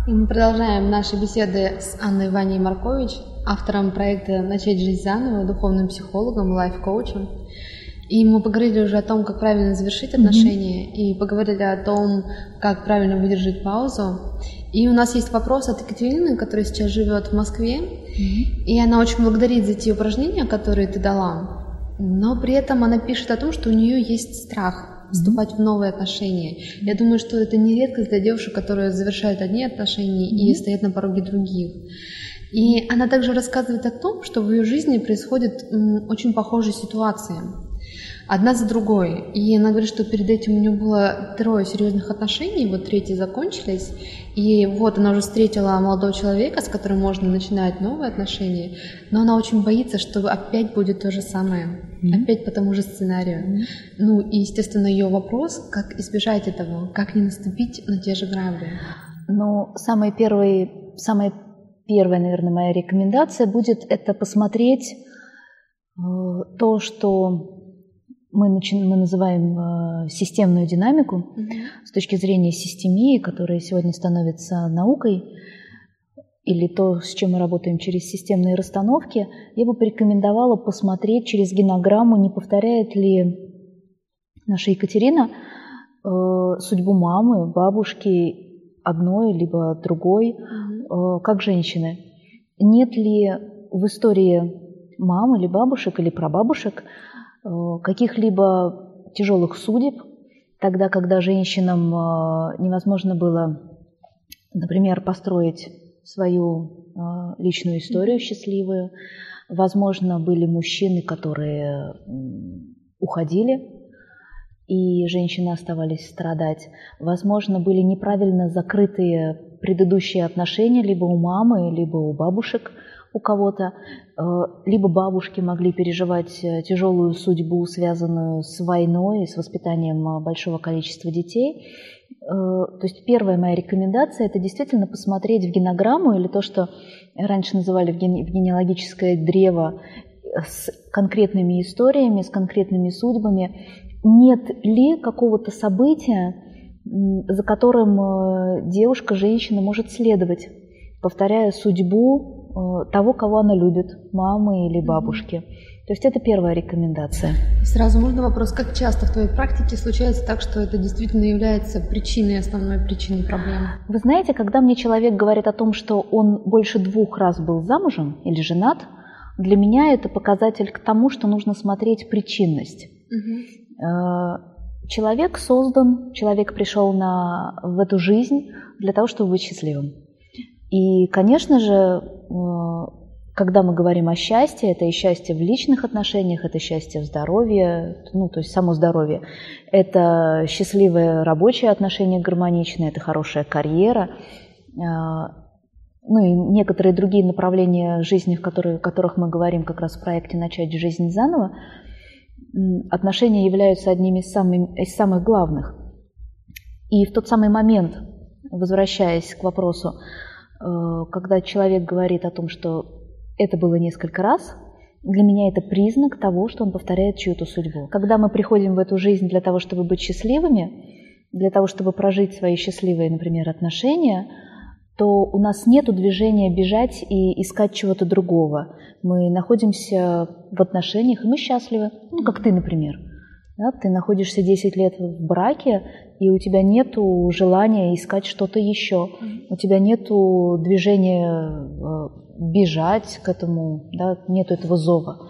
И мы продолжаем наши беседы с Анной Ваней Маркович, автором проекта «Начать жизнь заново», духовным психологом, лайф-коучем. И мы поговорили уже о том, как правильно завершить отношения, и поговорили о том, как правильно выдержать паузу. И у нас есть вопрос от Екатерины, которая сейчас живет в Москве, и она очень благодарит за те упражнения, которые ты дала, но при этом она пишет о том, что у нее есть страх вступать в новые отношения. Я думаю, что это не редкость для девушек, которые завершают одни отношения и стоят на пороге других. И она также рассказывает о том, что в ее жизни происходят очень похожие ситуации, одна за другой. И она говорит, что перед этим у нее было 3 серьезных отношений, вот 3 закончились, и вот она уже встретила молодого человека, с которым можно начинать новые отношения, но она очень боится, что опять будет то же самое, опять по тому же сценарию. Ну и, естественно, ее вопрос, как избежать этого, как не наступить на те же грабли. Ну, самая первая, наверное, моя рекомендация будет это посмотреть то, что мы называем системную динамику с точки зрения системии, которая сегодня становится наукой, или то, с чем мы работаем через системные расстановки. Я бы порекомендовала посмотреть через генограмму, не повторяет ли наша Екатерина судьбу мамы, бабушки одной либо другой, как женщины. Нет ли в истории мам или бабушек или прабабушек каких-либо тяжелых судеб, тогда, когда женщинам невозможно было, например, построить свою личную историю счастливую. Возможно, были мужчины, которые уходили, и женщины оставались страдать. Возможно, были неправильно закрытые предыдущие отношения либо у мамы, либо у бабушек, у кого-то, либо бабушки могли переживать тяжелую судьбу, связанную с войной и с воспитанием большого количества детей. То есть первая моя рекомендация – это действительно посмотреть в генограмму или то, что раньше называли в генеалогическое древо, с конкретными историями, с конкретными судьбами. Нет ли какого-то события, за которым девушка, женщина может следовать, повторяя судьбу того, кого она любит, мамы или бабушки. То есть это первая рекомендация. Сразу можно вопрос, как часто в твоей практике случается так, что это действительно является причиной, основной причиной проблемы? Вы знаете, когда мне человек говорит о том, что он больше 2 раз был замужем или женат, для меня это показатель к тому, что нужно смотреть причинность. Человек создан, человек пришел в эту жизнь для того, чтобы быть счастливым. И, конечно же, когда мы говорим о счастье, это и счастье в личных отношениях, это счастье в здоровье, то есть само здоровье, это счастливые рабочие отношения гармоничные, это хорошая карьера, и некоторые другие направления жизни, о которых мы говорим как раз в проекте «Начать жизнь заново», отношения являются одними из самых главных. И в тот самый момент, возвращаясь к вопросу, когда человек говорит о том, что это было несколько раз, для меня это признак того, что он повторяет чью-то судьбу. Когда мы приходим в эту жизнь для того, чтобы быть счастливыми, для того, чтобы прожить свои счастливые, например, отношения, то у нас нет движения бежать и искать чего-то другого. Мы находимся в отношениях, и мы счастливы. Как ты, например. Да, ты находишься 10 лет в браке, и у тебя нет желания искать что-то еще. У тебя нет движения бежать к этому, да, нет этого зова.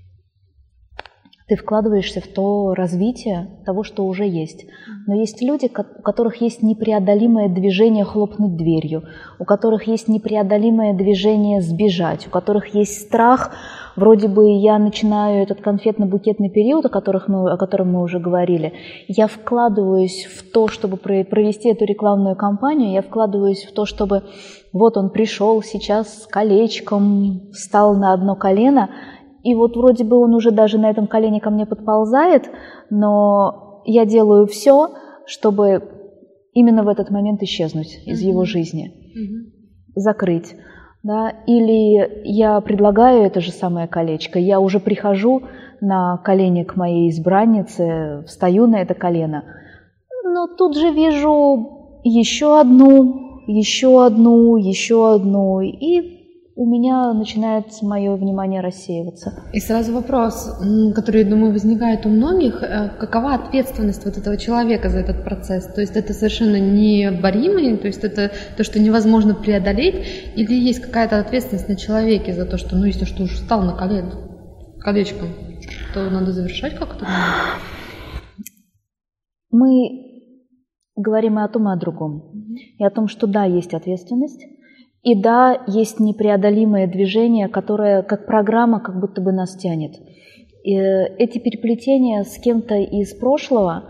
Ты вкладываешься в то развитие того, что уже есть. Но есть люди, у которых есть непреодолимое движение хлопнуть дверью, у которых есть непреодолимое движение сбежать, у которых есть страх, вроде бы я начинаю этот конфетно-букетный период, о котором мы уже говорили, я вкладываюсь в то, чтобы провести эту рекламную кампанию, я вкладываюсь в то, чтобы вот он пришел сейчас с колечком, встал на одно колено, и вот вроде бы он уже даже на этом колене ко мне подползает, но я делаю все, чтобы именно в этот момент исчезнуть из его жизни, закрыть. Да? Или я предлагаю это же самое колечко, я уже прихожу на колени к моей избраннице, встаю на это колено, но тут же вижу еще одну еще одну, и у меня начинает мое внимание рассеиваться. И сразу вопрос, который, думаю, возникает у многих. Какова ответственность вот этого человека за этот процесс? То есть это совершенно необоримый, то есть это то, что невозможно преодолеть, или есть какая-то ответственность на человеке за то, что, если что уж встал на колечком, то надо завершать как-то? Мы говорим и о том, и о другом. И о том, что да, есть ответственность, и да, есть непреодолимое движение, которое как программа как будто бы нас тянет. И эти переплетения с кем-то из прошлого,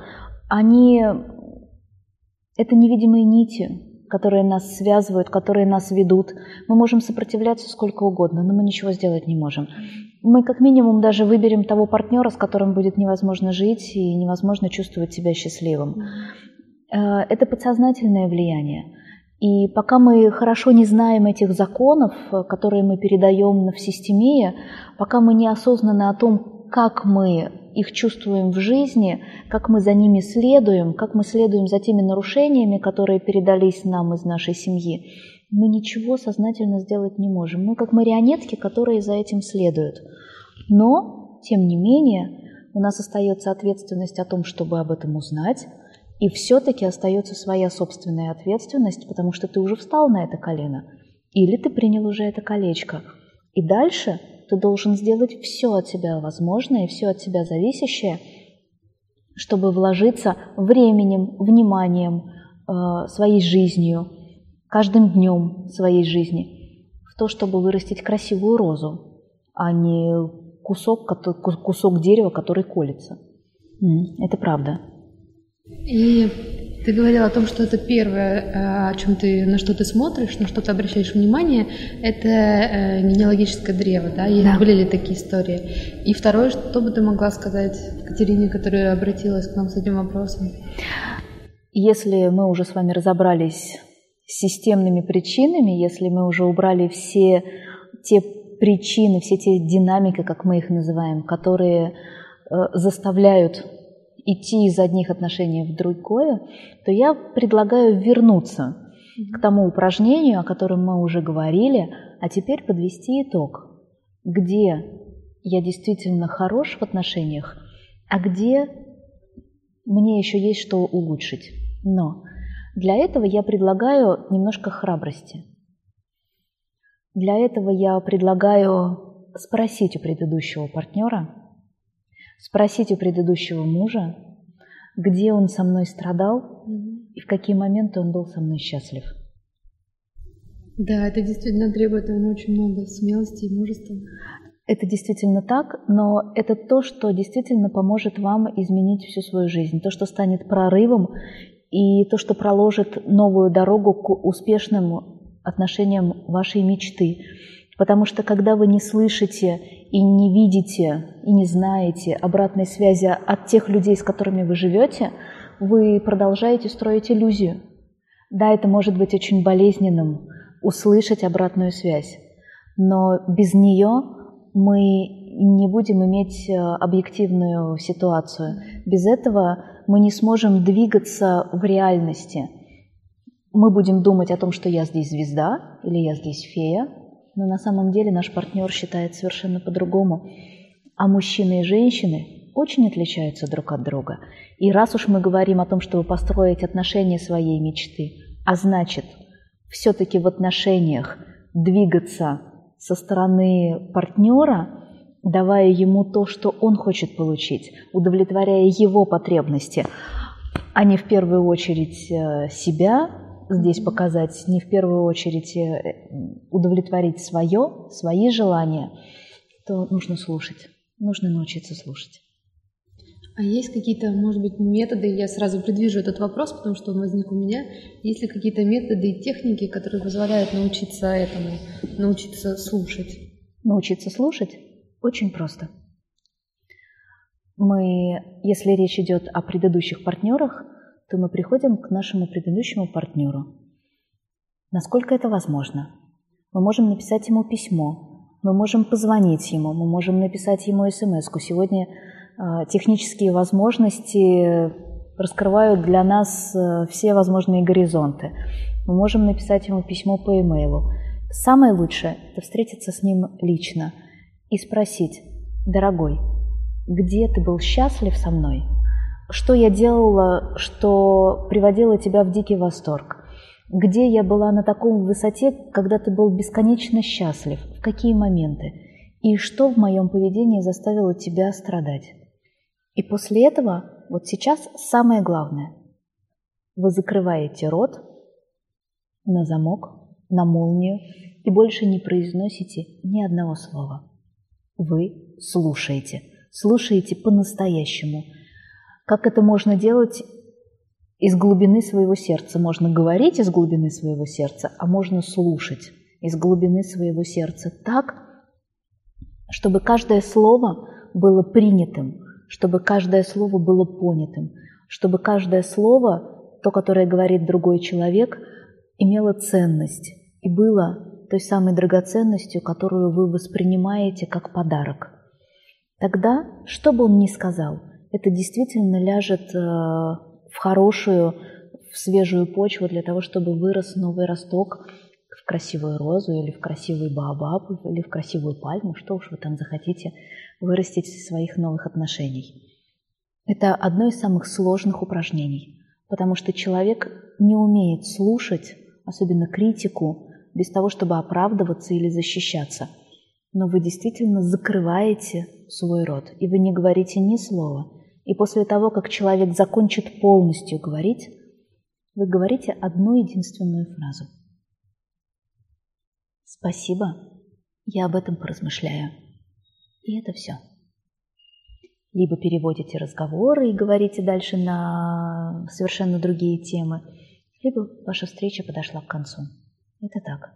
это невидимые нити, которые нас связывают, которые нас ведут. Мы можем сопротивляться сколько угодно, но мы ничего сделать не можем. Мы как минимум даже выберем того партнера, с которым будет невозможно жить и невозможно чувствовать себя счастливым. Это подсознательное влияние. И пока мы хорошо не знаем этих законов, которые мы передаем в системии, пока мы не осознаны о том, как мы их чувствуем в жизни, как мы за ними следуем, как мы следуем за теми нарушениями, которые передались нам из нашей семьи, мы ничего сознательно сделать не можем. Мы как марионетки, которые за этим следуют. Но, тем не менее, у нас остается ответственность о том, чтобы об этом узнать, и все-таки остается своя собственная ответственность, потому что ты уже встал на это колено, или ты принял уже это колечко. И дальше ты должен сделать все от себя возможное и все от себя зависящее, чтобы вложиться временем, вниманием, своей жизнью, каждым днем своей жизни в то, чтобы вырастить красивую розу, а не кусок дерева, который колется. Это правда. И ты говорила о том, что это первое, на что ты смотришь, на что ты обращаешь внимание, это генеалогическое древо, да? Да. Были ли такие истории? И второе, что бы ты могла сказать Катерине, которая обратилась к нам с этим вопросом? Если мы уже с вами разобрались с системными причинами, если мы уже убрали все те причины, все те динамики, как мы их называем, которые заставляют идти из одних отношений в другое, то я предлагаю вернуться к тому упражнению, о котором мы уже говорили, а теперь подвести итог. Где я действительно хорош в отношениях, а где мне еще есть что улучшить. Но для этого я предлагаю немножко храбрости. Для этого я предлагаю спросить у предыдущего партнера, спросить у предыдущего мужа, где он со мной страдал и в какие моменты он был со мной счастлив. Да, это действительно требует очень много смелости и мужества. Это действительно так, но это то, что действительно поможет вам изменить всю свою жизнь, то, что станет прорывом и то, что проложит новую дорогу к успешным отношениям вашей мечты. Потому что когда вы не слышите и не видите, и не знаете обратной связи от тех людей, с которыми вы живете, вы продолжаете строить иллюзию. Да, это может быть очень болезненным, услышать обратную связь, но без нее мы не будем иметь объективную ситуацию. Без этого мы не сможем двигаться в реальности. Мы будем думать о том, что я здесь звезда или я здесь фея, но на самом деле наш партнер считает совершенно по-другому. А мужчины и женщины очень отличаются друг от друга. И раз уж мы говорим о том, чтобы построить отношения своей мечты, а значит, все-таки в отношениях двигаться со стороны партнера, давая ему то, что он хочет получить, удовлетворяя его потребности, а не в первую очередь себя здесь показать, не в первую очередь удовлетворить свои желания, то нужно слушать, нужно научиться слушать. А есть какие-то, может быть, методы, я сразу предвижу этот вопрос, потому что он возник у меня, есть ли какие-то методы и техники, которые позволяют научиться этому, научиться слушать? Научиться слушать очень просто. Если речь идет о предыдущих партнерах, то мы приходим к нашему предыдущему партнеру. Насколько это возможно? Мы можем написать ему письмо, мы можем позвонить ему, мы можем написать ему смс-ку. Сегодня технические возможности раскрывают для нас все возможные горизонты. мы можем написать ему письмо по имейлу. Самое лучшее – это встретиться с ним лично и спросить: дорогой, где ты был счастлив со мной? Что я делала, что приводило тебя в дикий восторг? Где я была на таком высоте, когда ты был бесконечно счастлив? В какие моменты? И что в моем поведении заставило тебя страдать? И после этого, вот сейчас самое главное. Вы закрываете рот на замок, на молнию и больше не произносите ни одного слова. Вы слушаете. Слушаете по-настоящему. Как это можно делать из глубины своего сердца? Можно говорить из глубины своего сердца, а можно слушать из глубины своего сердца так, чтобы каждое слово было принятым, чтобы каждое слово было понятым, чтобы каждое слово, то, которое говорит другой человек, имело ценность и было той самой драгоценностью, которую вы воспринимаете как подарок. Тогда, что бы он ни сказал, это действительно ляжет в хорошую, в свежую почву для того, чтобы вырос новый росток в красивую розу или в красивый баобаб или в красивую пальму, что уж вы там захотите вырастить из своих новых отношений. Это одно из самых сложных упражнений, потому что человек не умеет слушать, особенно критику, без того, чтобы оправдываться или защищаться. Но вы действительно закрываете свой рот, и вы не говорите ни слова. И после того, как человек закончит полностью говорить, вы говорите одну единственную фразу. «Спасибо, я об этом поразмышляю». И это все. Либо переводите разговоры и говорите дальше на совершенно другие темы, либо ваша встреча подошла к концу. Это так.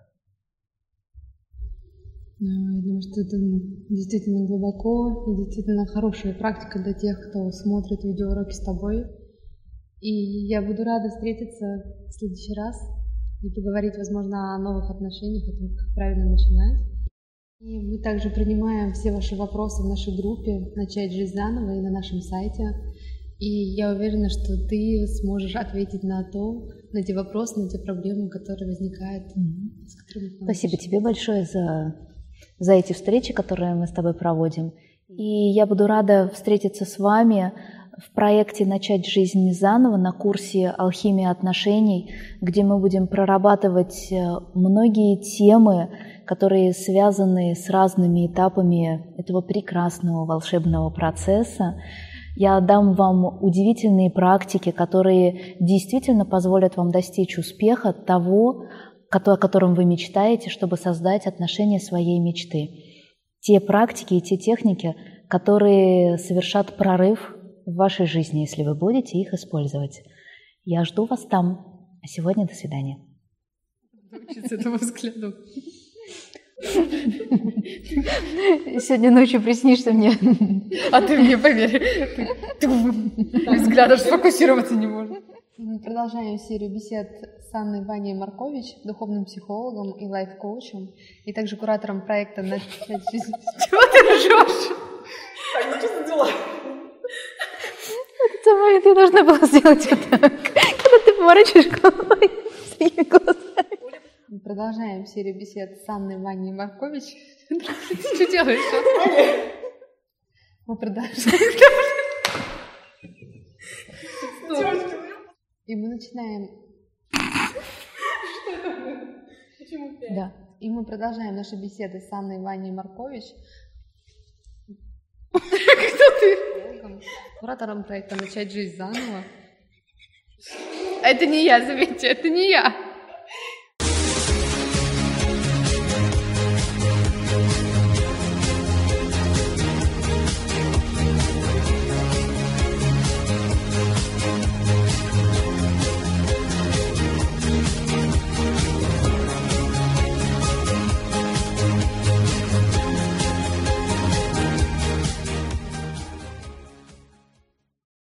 Я думаю, что это действительно глубоко и действительно хорошая практика для тех, кто смотрит видеоуроки с тобой. И я буду рада встретиться в следующий раз и поговорить, возможно, о новых отношениях, о том, как правильно начинать. И мы также принимаем все ваши вопросы в нашей группе «Начать жизнь заново» и на нашем сайте. И я уверена, что ты сможешь ответить на те вопросы, на те проблемы, которые возникают. С которыми Спасибо тебе большое за эти встречи, которые мы с тобой проводим. И я буду рада встретиться с вами в проекте «Начать жизнь заново» на курсе «Алхимия отношений», где мы будем прорабатывать многие темы, которые связаны с разными этапами этого прекрасного волшебного процесса. Я дам вам удивительные практики, которые действительно позволят вам достичь успеха того, о котором вы мечтаете, чтобы создать отношения своей мечты. Те практики и те техники, которые совершат прорыв в вашей жизни, если вы будете их использовать. Я жду вас там. А сегодня до свидания. Учиться этому взгляду. Сегодня ночью приснишься мне. А ты мне поверь. Ты взглядом сфокусироваться не можешь. Мы продолжаем серию бесед с Анной Ваней Маркович, духовным психологом и лайф-коучем, и также куратором проекта «Начать жизнь». Чего ты ржешь? Так, что за дела? Ты должна была сделать вот так, когда ты поворачиваешь головой своими глазами. Мы продолжаем серию бесед с Анной Ваней Маркович. Что делаешь? Мы продолжаем. И мы начинаем. Что это было? Почему 5? Да. И мы продолжаем наши беседы с Анной Ваней Маркович. Кто ты? Куратором проекта «Начать жизнь заново». Это не я, заметьте, это не я.